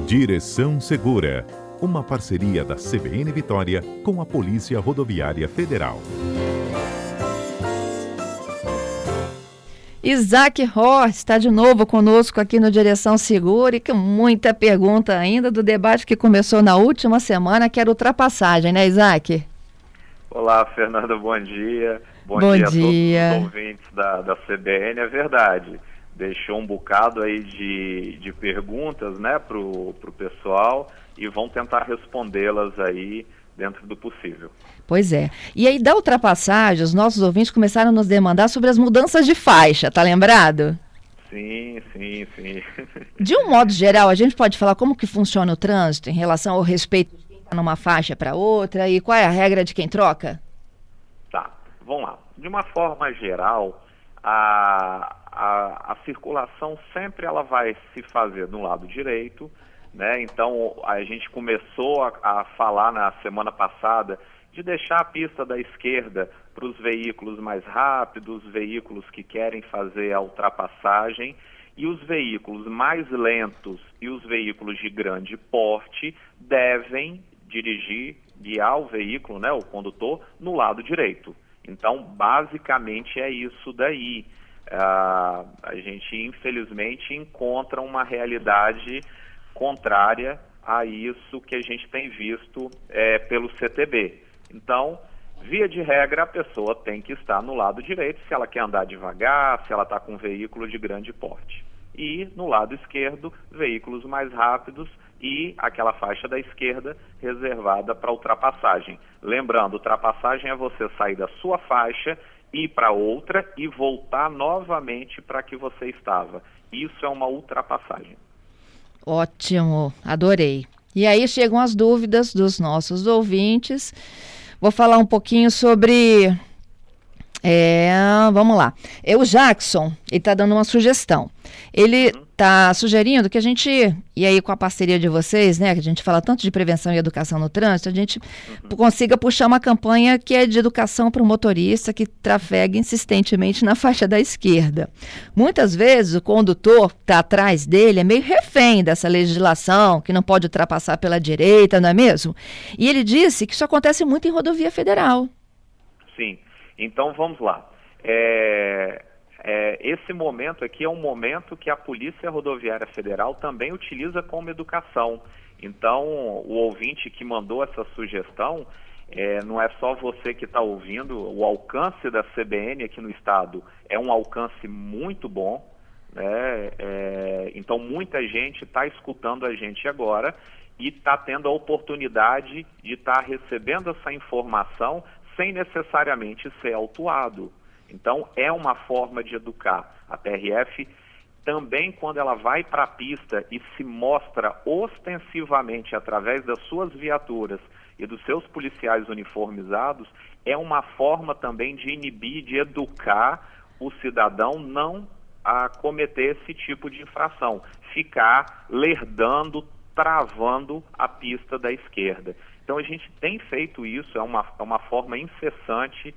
Direção Segura, uma parceria da CBN Vitória com a Polícia Rodoviária Federal. Isaac Horst está de novo conosco aqui no Direção Segura e com muita pergunta ainda do debate que começou na última semana, que era ultrapassagem, né, Isaac? Olá, Fernanda, bom dia. Bom dia a todos os ouvintes da CBN. É verdade, deixou um bocado aí de perguntas, né, pro pessoal, e vão tentar respondê-las aí dentro do possível. Pois é. E aí, da ultrapassagem, os nossos ouvintes começaram a nos demandar sobre as mudanças de faixa, tá lembrado? Sim. De um modo geral, a gente pode falar como que funciona o trânsito em relação ao respeito de quem está numa faixa para outra e qual é a regra de quem troca? Tá, vamos lá. De uma forma geral, a circulação sempre ela vai se fazer do lado direito, né? Então, a gente começou a falar na semana passada de deixar a pista da esquerda para os veículos mais rápidos, veículos que querem fazer a ultrapassagem, e os veículos mais lentos e os veículos de grande porte devem guiar o veículo, né, o condutor, no lado direito. Então, basicamente é isso daí. A gente, infelizmente, encontra uma realidade contrária a isso que a gente tem visto pelo CTB. Então, via de regra, a pessoa tem que estar no lado direito se ela quer andar devagar, se ela está com um veículo de grande porte. E no lado esquerdo, veículos mais rápidos e aquela faixa da esquerda reservada para ultrapassagem. Lembrando, ultrapassagem é você sair da sua faixa, ir para outra e voltar novamente para que você estava. Isso é uma ultrapassagem. Ótimo, adorei. E aí chegam as dúvidas dos nossos ouvintes. Vou falar um pouquinho sobre... vamos lá. O Jackson, ele está dando uma sugestão. Ele está sugerindo que a gente, e aí com a parceria de vocês, né, que a gente fala tanto de prevenção e educação no trânsito, a gente consiga puxar uma campanha que é de educação para o motorista que trafega insistentemente na faixa da esquerda. Muitas vezes o condutor que está atrás dele é meio refém dessa legislação, que não pode ultrapassar pela direita, não é mesmo? E ele disse que isso acontece muito em rodovia federal. Sim, então vamos lá. Esse momento aqui é um momento que a Polícia Rodoviária Federal também utiliza como educação. Então, o ouvinte que mandou essa sugestão, não é só você que está ouvindo, o alcance da CBN aqui no estado é um alcance muito bom, né? Então, muita gente está escutando a gente agora e está tendo a oportunidade de estar recebendo essa informação sem necessariamente ser autuado. Então, é uma forma de educar. A PRF também, quando ela vai para a pista e se mostra ostensivamente através das suas viaturas e dos seus policiais uniformizados, é uma forma também de inibir, de educar o cidadão não a cometer esse tipo de infração, ficar lerdando, travando a pista da esquerda. Então, a gente tem feito isso, é uma forma incessante.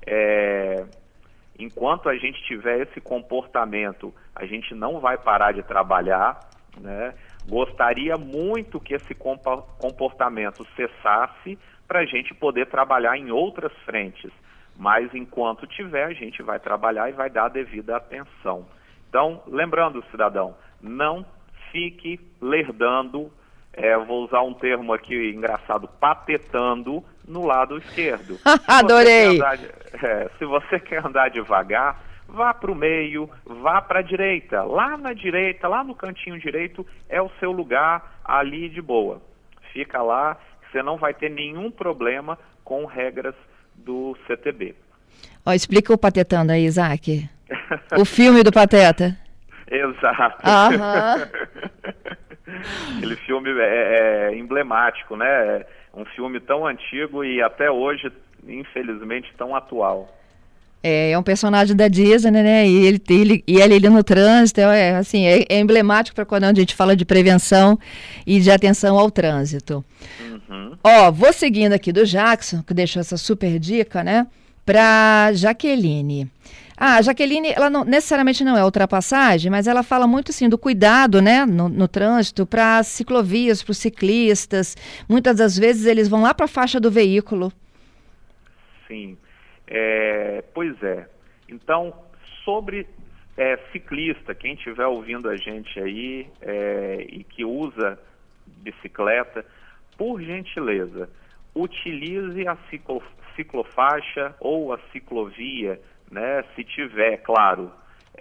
Enquanto a gente tiver esse comportamento, a gente não vai parar de trabalhar, né? Gostaria muito que esse comportamento cessasse para a gente poder trabalhar em outras frentes, mas enquanto tiver, a gente vai trabalhar e vai dar a devida atenção. Então, lembrando, cidadão, não fique lerdando, vou usar um termo aqui engraçado, patetando no lado esquerdo. Adorei! Se você quer andar devagar, vá para o meio, vá para a direita. Lá na direita, lá no cantinho direito, é o seu lugar ali de boa. Fica lá, você não vai ter nenhum problema com regras do CTB. Explica o patetando aí, Isaac. O filme do Pateta. Exato. Aquele filme é emblemático, né? É um filme tão antigo e até hoje, infelizmente, tão atual. É um personagem da Disney, né? E ele no trânsito, é emblemático para quando a gente fala de prevenção e de atenção ao trânsito. Vou seguindo aqui do Jackson, que deixou essa super dica, né? Para Jaqueline. A Jaqueline, ela não, necessariamente não é ultrapassagem, mas ela fala muito assim do cuidado, né, no trânsito para as ciclovias, para os ciclistas. Muitas das vezes eles vão lá para a faixa do veículo. Sim, pois é. Então, sobre ciclista, quem estiver ouvindo a gente aí e que usa bicicleta, por gentileza, utilize a ciclofaixa ou a ciclovia, né, se tiver, claro,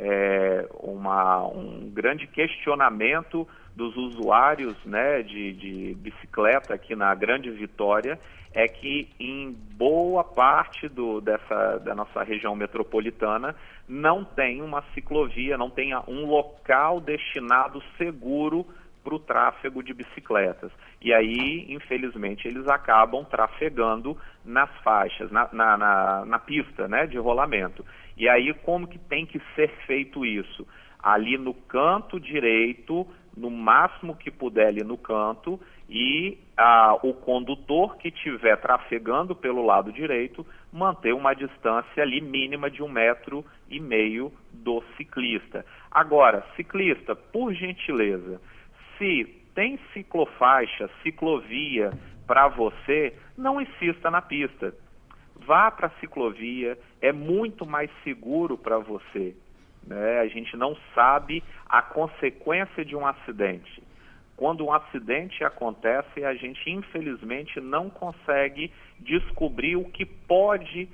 um grande questionamento dos usuários, né, de bicicleta aqui na Grande Vitória, é que em boa parte da nossa região metropolitana não tem uma ciclovia, não tem um local destinado seguro para o tráfego de bicicletas. E aí, infelizmente, eles acabam trafegando nas faixas, na pista, né, de rolamento. E aí, como que tem que ser feito isso? Ali no canto direito, no máximo que puder ali no canto, e o condutor que estiver trafegando pelo lado direito manter uma distância ali mínima de 1,5 m do ciclista. Agora, ciclista, por gentileza, se tem ciclofaixa, ciclovia para você, não insista na pista. Vá para a ciclovia, é muito mais seguro para você, né? A gente não sabe a consequência de um acidente. Quando um acidente acontece, a gente infelizmente não consegue descobrir o que pode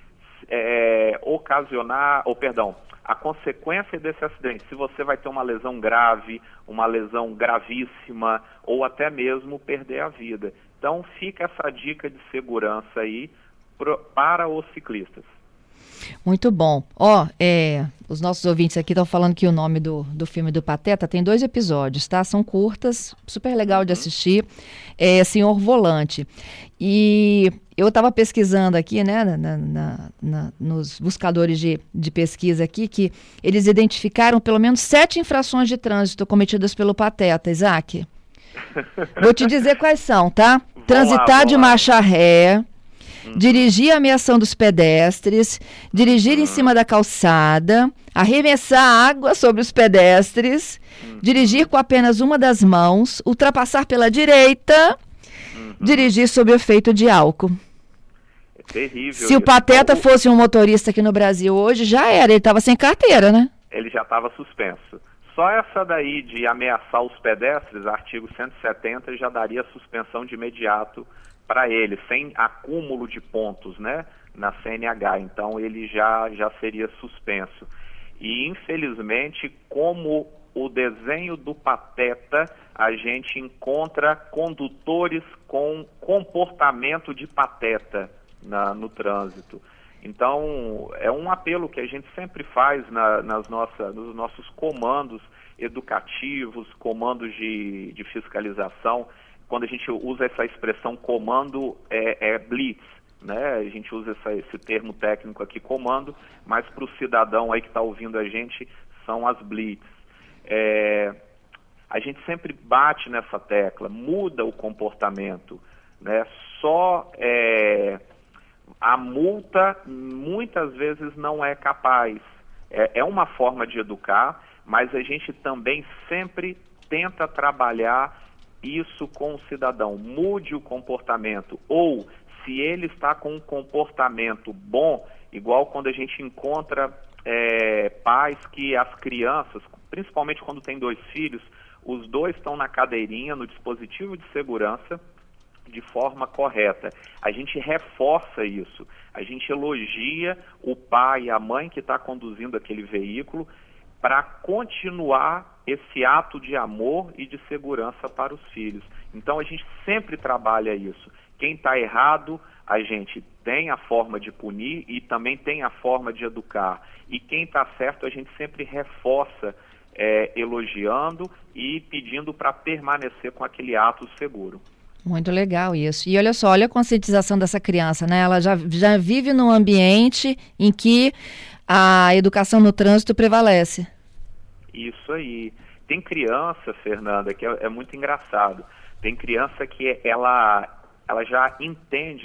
a consequência desse acidente. Se você vai ter uma lesão grave, uma lesão gravíssima ou até mesmo perder a vida. Então fica essa dica de segurança aí para os ciclistas. Muito bom. Os nossos ouvintes aqui estão falando que o nome do filme do Pateta tem 2 episódios, tá? São curtas, super legal de assistir. Senhor Volante. E eu estava pesquisando aqui, né, nos buscadores de pesquisa aqui, que eles identificaram pelo menos 7 infrações de trânsito cometidas pelo Pateta, Isaac. Vou te dizer quais são, tá? Transitar de marcha ré, dirigir ameaçando os pedestres, dirigir em cima da calçada, arremessar água sobre os pedestres, dirigir com apenas uma das mãos, ultrapassar pela direita, dirigir sob efeito de álcool. É terrível. Se o Pateta fosse um motorista aqui no Brasil hoje, já era, ele estava sem carteira, né? Ele já estava suspenso. Só essa daí de ameaçar os pedestres, artigo 170, já daria suspensão de imediato para ele, sem acúmulo de pontos, né, na CNH. Então ele já seria suspenso. E infelizmente, como o desenho do Pateta, a gente encontra condutores com comportamento de pateta no trânsito. Então é um apelo que a gente sempre faz nos nossos comandos educativos, comandos de fiscalização. Quando a gente usa essa expressão comando, blitz, né? A gente usa esse termo técnico aqui, comando, mas para o cidadão aí que está ouvindo a gente, são as blitz. A gente sempre bate nessa tecla, muda o comportamento, né? Só a multa muitas vezes não é capaz. É uma forma de educar, mas a gente também sempre tenta trabalhar isso com o cidadão. Mude o comportamento, ou se ele está com um comportamento bom, igual quando a gente encontra pais que as crianças, principalmente quando tem 2 filhos, os 2 estão na cadeirinha, no dispositivo de segurança, de forma correta. A gente reforça isso, a gente elogia o pai e a mãe que está conduzindo aquele veículo para continuar esse ato de amor e de segurança para os filhos. Então a gente sempre trabalha isso. Quem está errado, a gente tem a forma de punir e também tem a forma de educar. E quem está certo, a gente sempre reforça, elogiando e pedindo para permanecer com aquele ato seguro. Muito legal isso. E olha só, olha a conscientização dessa criança, né? Ela já vive num ambiente em que a educação no trânsito prevalece. Isso aí. Tem criança, Fernanda, que é muito engraçado. Tem criança que ela já entende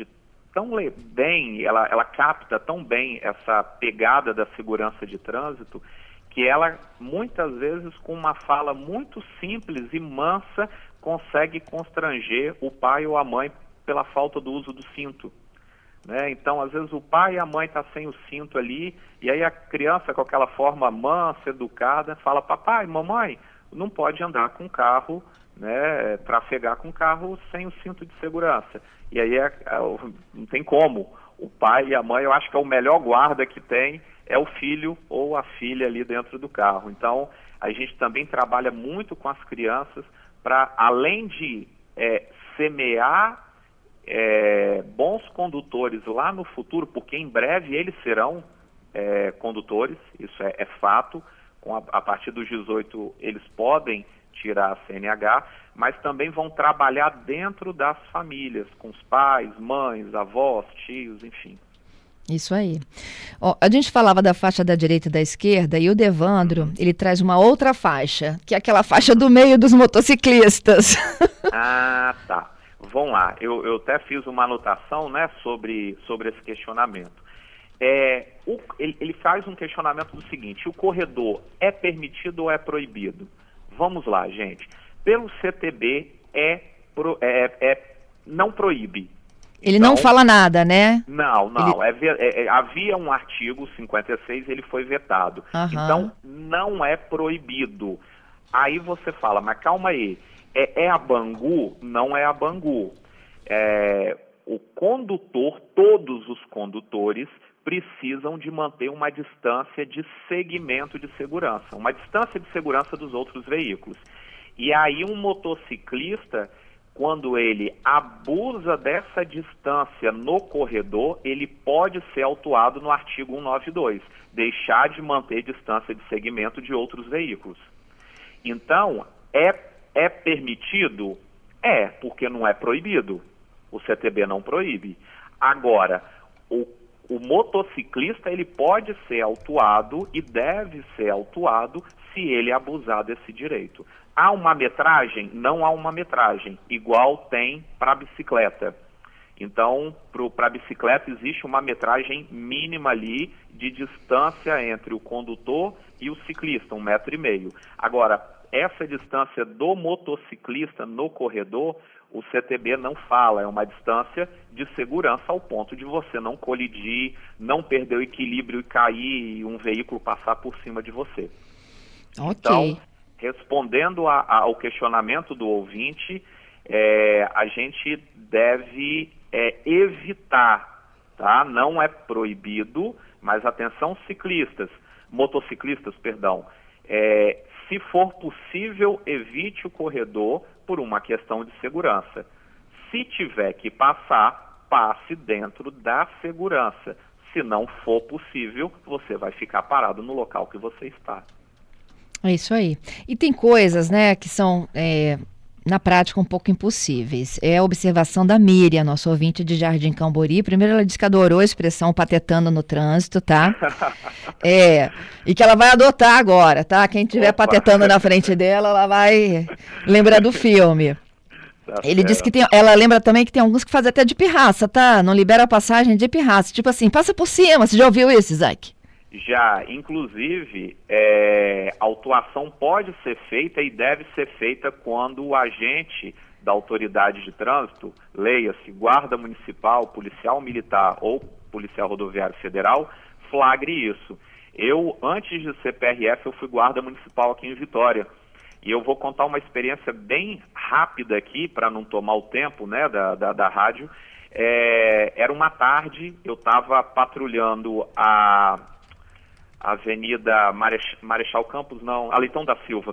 tão bem, ela capta tão bem essa pegada da segurança de trânsito, que ela, muitas vezes, com uma fala muito simples e mansa, consegue constranger o pai ou a mãe pela falta do uso do cinto. Né? Então, às vezes, o pai e a mãe estão sem o cinto ali, e aí a criança, com aquela forma mansa, educada, fala: papai, mamãe, não pode andar com carro, né, trafegar com carro sem o cinto de segurança. E aí não tem como. O pai e a mãe, eu acho que é o melhor guarda que tem, é o filho ou a filha ali dentro do carro. Então, a gente também trabalha muito com as crianças para, além de semear bons condutores lá no futuro, porque em breve eles serão condutores, isso é fato. A partir dos 18 eles podem tirar a CNH, mas também vão trabalhar dentro das famílias, com os pais, mães, avós, tios, enfim. Isso aí. Ó, a gente falava da faixa da direita e da esquerda, e o Devandro, ele traz uma outra faixa, que é aquela faixa do meio dos motociclistas. Ah, tá. Vamos lá. Eu até fiz uma anotação, né, sobre esse questionamento. Ele faz um questionamento do seguinte: o corredor é permitido ou é proibido? Vamos lá, gente. Pelo CTB, não proíbe. Ele então, não fala nada, né? Não. Havia um artigo 56, ele foi vetado. Então, não é proibido. Aí você fala, mas calma aí, é a Bangu? Não é a Bangu. O condutor, todos os condutores, precisam de manter uma distância de segmento de segurança, uma distância de segurança dos outros veículos. E aí um motociclista, quando ele abusa dessa distância no corredor, ele pode ser autuado no artigo 192, deixar de manter distância de segmento de outros veículos. Então, é permitido? Porque não é proibido. O CTB não proíbe. Agora, o motociclista, ele pode ser autuado e deve ser autuado se ele abusar desse direito. Há uma metragem? Não há uma metragem, igual tem para a bicicleta. Então, para a bicicleta existe uma metragem mínima ali de distância entre o condutor e o ciclista, 1,5 m. Agora, essa distância do motociclista no corredor, o CTB não fala, é uma distância de segurança ao ponto de você não colidir, não perder o equilíbrio e cair e um veículo passar por cima de você. Ok. Então, respondendo ao questionamento do ouvinte, a gente deve evitar, tá? Não é proibido, mas atenção motociclistas, se for possível, evite o corredor por uma questão de segurança. Se tiver que passar, passe dentro da segurança. Se não for possível, você vai ficar parado no local que você está. É isso aí. E tem coisas, né, que são, na prática, um pouco impossíveis. É a observação da Miriam, nossa ouvinte de Jardim Cambori. Primeiro, ela disse que adorou a expressão patetando no trânsito, tá? E que ela vai adotar agora, tá? Quem estiver patetando na frente dela, ela vai lembrar do filme. Ele disse que ela lembra também que tem alguns que fazem até de pirraça, tá? Não libera a passagem de pirraça. Tipo assim, passa por cima. Você já ouviu isso, Isaac? Já, inclusive, a autuação pode ser feita e deve ser feita quando o agente da autoridade de trânsito, leia-se guarda municipal, policial militar ou policial rodoviário federal, flagre isso. Eu, antes de ser PRF, eu fui guarda municipal aqui em Vitória. E eu vou contar uma experiência bem rápida aqui, para não tomar o tempo, né, da rádio. Era uma tarde, eu estava patrulhando a Avenida Marechal Campos, não, a Leitão da Silva,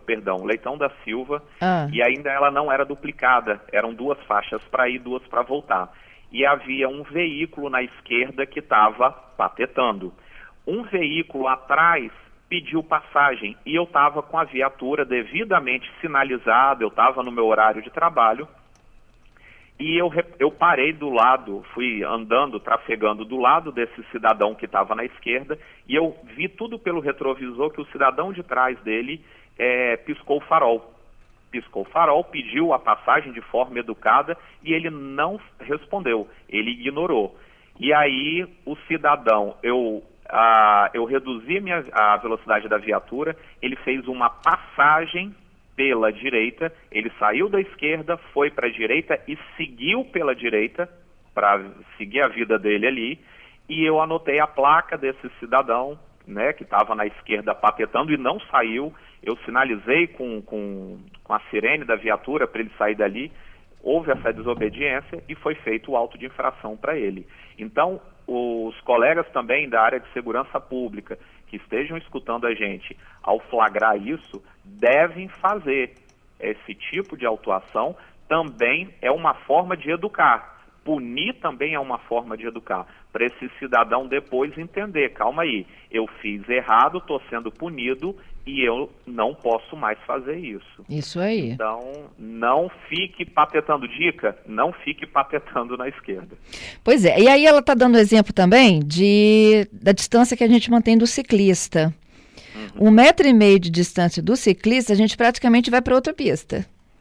e ainda ela não era duplicada, eram 2 faixas para ir, 2 para voltar. E havia um veículo na esquerda que estava patetando. Um veículo atrás pediu passagem e eu estava com a viatura devidamente sinalizada, eu estava no meu horário de trabalho, e eu parei do lado, fui andando, trafegando do lado desse cidadão que estava na esquerda, e eu vi tudo pelo retrovisor que o cidadão de trás dele piscou o farol. piscou o farol, pediu a passagem de forma educada e ele não respondeu, ele ignorou. E aí o cidadão, eu reduzi a velocidade da viatura, ele fez uma passagem pela direita, ele saiu da esquerda, foi para a direita e seguiu pela direita para seguir a vida dele ali, e eu anotei a placa desse cidadão, né, que estava na esquerda patetando e não saiu. Eu sinalizei com a sirene da viatura para ele sair dali, houve essa desobediência e foi feito o auto de infração para ele. Então, os colegas também da área de segurança pública que estejam escutando a gente, ao flagrar isso, devem fazer esse tipo de autuação. Também é uma forma de educar. Punir também é uma forma de educar, para esse cidadão depois entender, calma aí, eu fiz errado, estou sendo punido e eu não posso mais fazer isso. Isso aí. Então, não fique patetando dica, não fique patetando na esquerda. Pois é, e aí ela está dando exemplo também da distância que a gente mantém do ciclista. 1,5 metro de distância do ciclista, a gente praticamente vai para outra pista.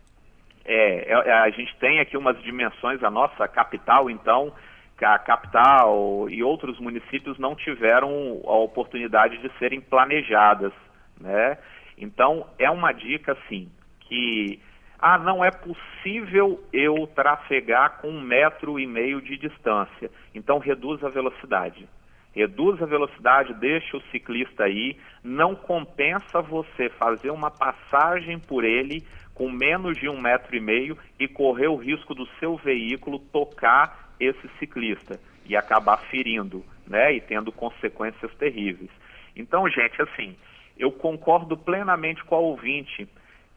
A gente tem aqui umas dimensões, a nossa capital, então, a capital e outros municípios não tiveram a oportunidade de serem planejadas, né? Então, é uma dica, assim, que não é possível eu trafegar com 1,5 metro de distância, então reduz a velocidade. Reduz a velocidade, deixa o ciclista aí, não compensa você fazer uma passagem por ele com menos de 1,5 metro e correr o risco do seu veículo tocar esse ciclista e acabar ferindo, né, e tendo consequências terríveis. Então, gente, assim, eu concordo plenamente com a ouvinte.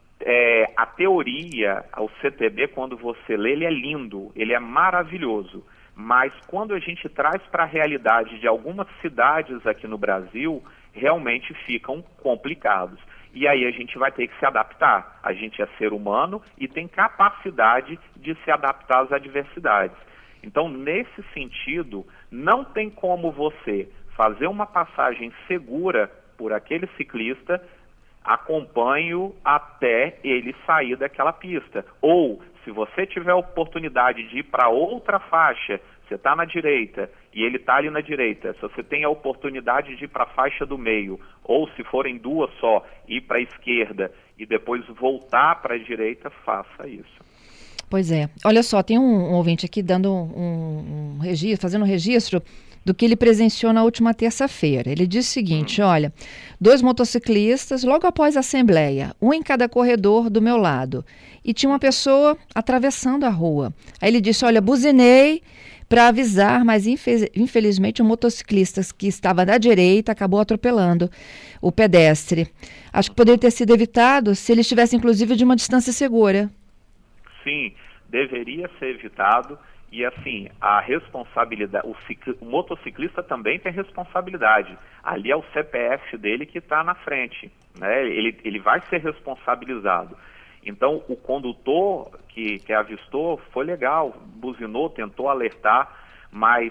A teoria, o CTB, quando você lê, ele é lindo, ele é maravilhoso, mas quando a gente traz para a realidade de algumas cidades aqui no Brasil, realmente ficam complicados. E aí a gente vai ter que se adaptar. A gente é ser humano e tem capacidade de se adaptar às adversidades. Então, nesse sentido, não tem como você fazer uma passagem segura por aquele ciclista, acompanhe-o até ele sair daquela pista. Ou, se você tiver a oportunidade de ir para outra faixa, você está na direita e ele está ali na direita, se você tem a oportunidade de ir para a faixa do meio, ou se forem duas só, ir para a esquerda e depois voltar para a direita, faça isso. Pois é. Olha só, tem um ouvinte aqui dando um registro, fazendo um registro do que ele presenciou na última terça-feira. Ele diz o seguinte, olha, 2 motociclistas, logo após a assembleia, um em cada corredor do meu lado, e tinha uma pessoa atravessando a rua. Aí ele disse, olha, buzinei para avisar, mas infelizmente o motociclista que estava da direita acabou atropelando o pedestre. Acho que poderia ter sido evitado se ele estivesse, inclusive, de uma distância segura. Sim, deveria ser evitado. E assim, a responsabilidade, o motociclista também tem responsabilidade. Ali é o CPF dele que está na frente, né? Ele vai ser responsabilizado. Então, o condutor que avistou foi legal, buzinou, tentou alertar, mas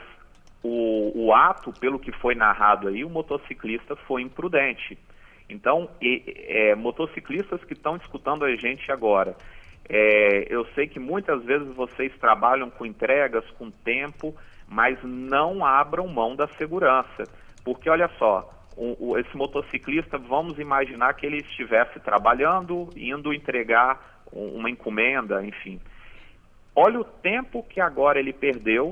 o ato, pelo que foi narrado aí, o motociclista foi imprudente. Então, motociclistas que estão escutando a gente agora, eu sei que muitas vezes vocês trabalham com entregas, com tempo, mas não abram mão da segurança. Porque, olha só, esse motociclista, vamos imaginar que ele estivesse trabalhando, indo entregar uma encomenda, enfim. Olha o tempo que agora ele perdeu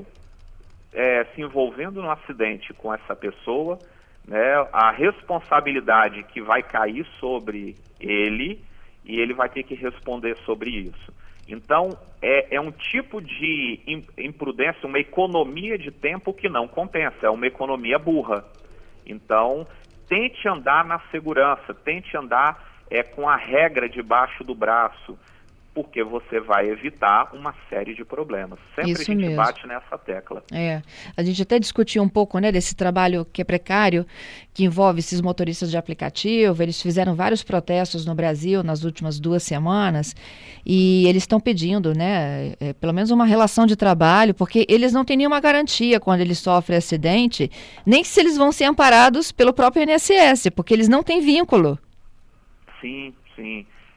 se envolvendo num acidente com essa pessoa, né? A responsabilidade que vai cair sobre ele, e ele vai ter que responder sobre isso. Então, é um tipo de imprudência, uma economia de tempo que não compensa, é uma economia burra. Então, tente andar na segurança, tente andar com a regra debaixo do braço, porque você vai evitar uma série de problemas. Sempre Isso a gente mesmo. bate nessa tecla. A gente até discutiu um pouco, né, desse trabalho que é precário, que envolve esses motoristas de aplicativo. Eles fizeram vários protestos no Brasil nas últimas 2 semanas e eles estão pedindo, né, pelo menos uma relação de trabalho, porque eles não têm nenhuma garantia quando eles sofrem acidente, nem se eles vão ser amparados pelo próprio INSS, porque eles não têm vínculo. Sim, sim.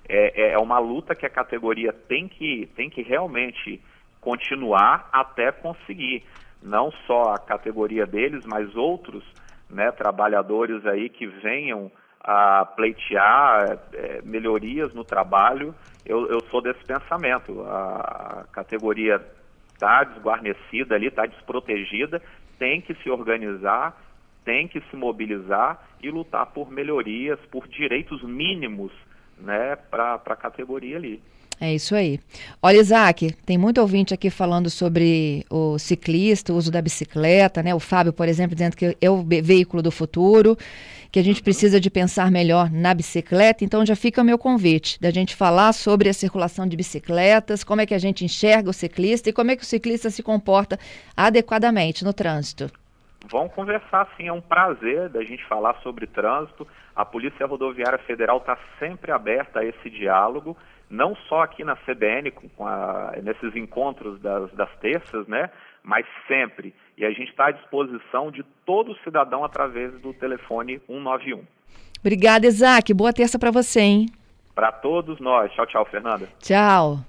é uma luta que a categoria tem que realmente continuar até conseguir. Não só a categoria deles, mas outros, né, trabalhadores aí que venham a pleitear melhorias no trabalho. Eu sou desse pensamento. A categoria está desguarnecida ali, está desprotegida, tem que se organizar, tem que se mobilizar e lutar por melhorias, por direitos mínimos, né, para a categoria ali. É isso aí. Olha, Isaac, tem muito ouvinte aqui falando sobre o ciclista, o uso da bicicleta, né? O Fábio, por exemplo, dizendo que é o veículo do futuro, que a gente precisa de pensar melhor na bicicleta. Então já fica o meu convite da gente falar sobre a circulação de bicicletas, como é que a gente enxerga o ciclista e como é que o ciclista se comporta adequadamente no trânsito. Vamos conversar, sim, é um prazer da gente falar sobre trânsito. A Polícia Rodoviária Federal está sempre aberta a esse diálogo, não só aqui na CBN, nesses encontros das terças, né, mas sempre. E a gente está à disposição de todo cidadão através do telefone 191. Obrigada, Isaac. Boa terça para você, hein? Para todos nós. Tchau, tchau, Fernanda. Tchau.